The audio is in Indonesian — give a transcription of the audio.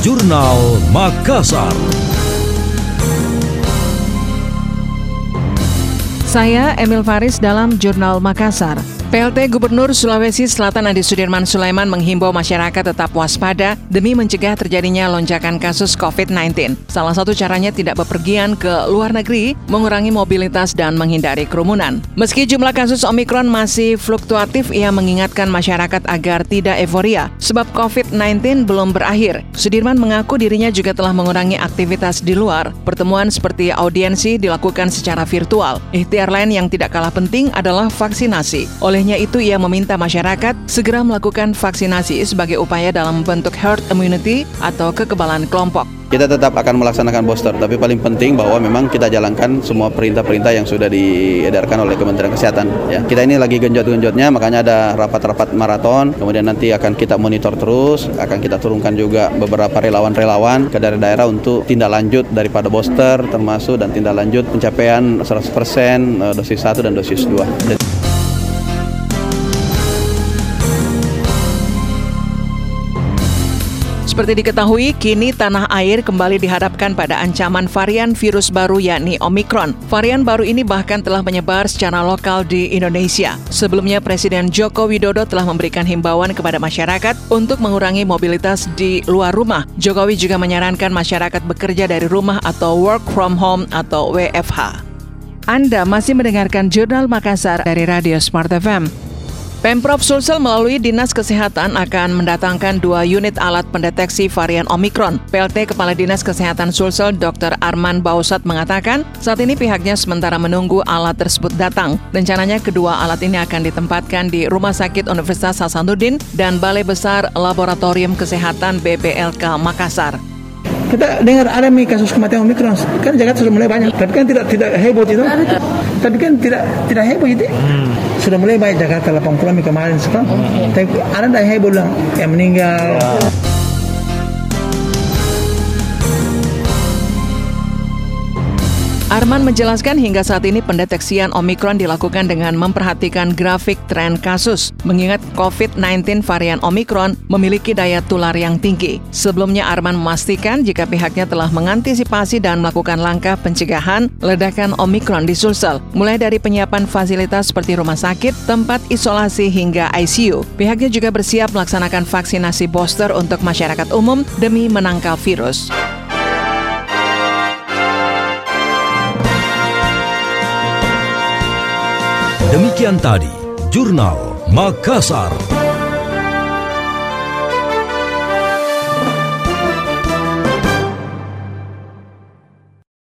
Jurnal Makassar. Saya Emil Faris dalam Jurnal Makassar. PLT Gubernur Sulawesi Selatan Andi Sudirman Sulaiman menghimbau masyarakat tetap waspada demi mencegah terjadinya lonjakan kasus COVID-19. Salah satu caranya tidak bepergian ke luar negeri, mengurangi mobilitas dan menghindari kerumunan. Meski jumlah kasus Omikron masih fluktuatif, ia mengingatkan masyarakat agar tidak euforia sebab COVID-19 belum berakhir. Sudirman mengaku dirinya juga telah mengurangi aktivitas di luar. Pertemuan seperti audiensi dilakukan secara virtual. Ikhtiar lain yang tidak kalah penting adalah vaksinasi. Olehnya itu, ia meminta masyarakat segera melakukan vaksinasi sebagai upaya dalam membentuk herd immunity atau kekebalan kelompok. Kita tetap akan melaksanakan booster, tapi paling penting bahwa memang kita jalankan semua perintah-perintah yang sudah diedarkan oleh Kementerian Kesehatan. Ya, kita ini lagi genjot-genjotnya, makanya ada rapat-rapat maraton, kemudian nanti akan kita monitor terus, akan kita turunkan juga beberapa relawan-relawan ke daerah-daerah untuk tindak lanjut daripada booster, termasuk dan tindak lanjut pencapaian 100% dosis 1 dan dosis 2. Seperti diketahui, kini tanah air kembali dihadapkan pada ancaman varian virus baru yakni Omikron. Varian baru ini bahkan telah menyebar secara lokal di Indonesia. Sebelumnya, Presiden Joko Widodo telah memberikan himbauan kepada masyarakat untuk mengurangi mobilitas di luar rumah. Jokowi juga menyarankan masyarakat bekerja dari rumah atau work from home atau WFH. Anda masih mendengarkan Jurnal Makassar dari Radio Smart FM. Pemprov Sulsel melalui Dinas Kesehatan akan mendatangkan 2 unit alat pendeteksi varian Omikron. PLT Kepala Dinas Kesehatan Sulsel Dr. Arman Bausat mengatakan saat ini pihaknya sementara menunggu alat tersebut datang. Rencananya kedua alat ini akan ditempatkan di Rumah Sakit Universitas Hasanuddin dan Balai Besar Laboratorium Kesehatan BBLK Makassar. Kita dengar ada kasus kematian Omikron, kan Jakarta sudah mulai banyak, tapi kan tidak heboh itu. Tapi kan tidak heboh itu. Sudah mulai banyak Jakarta 80 kemarin sekarang. Tapi ada yang heboh bilang yang meninggal. Arman menjelaskan hingga saat ini pendeteksian Omikron dilakukan dengan memperhatikan grafik tren kasus, mengingat COVID-19 varian Omikron memiliki daya tular yang tinggi. Sebelumnya Arman memastikan jika pihaknya telah mengantisipasi dan melakukan langkah pencegahan ledakan Omikron di Sulsel, mulai dari penyiapan fasilitas seperti rumah sakit, tempat isolasi hingga ICU. Pihaknya juga bersiap melaksanakan vaksinasi booster untuk masyarakat umum demi menangkal virus. Demikian tadi Jurnal Makassar.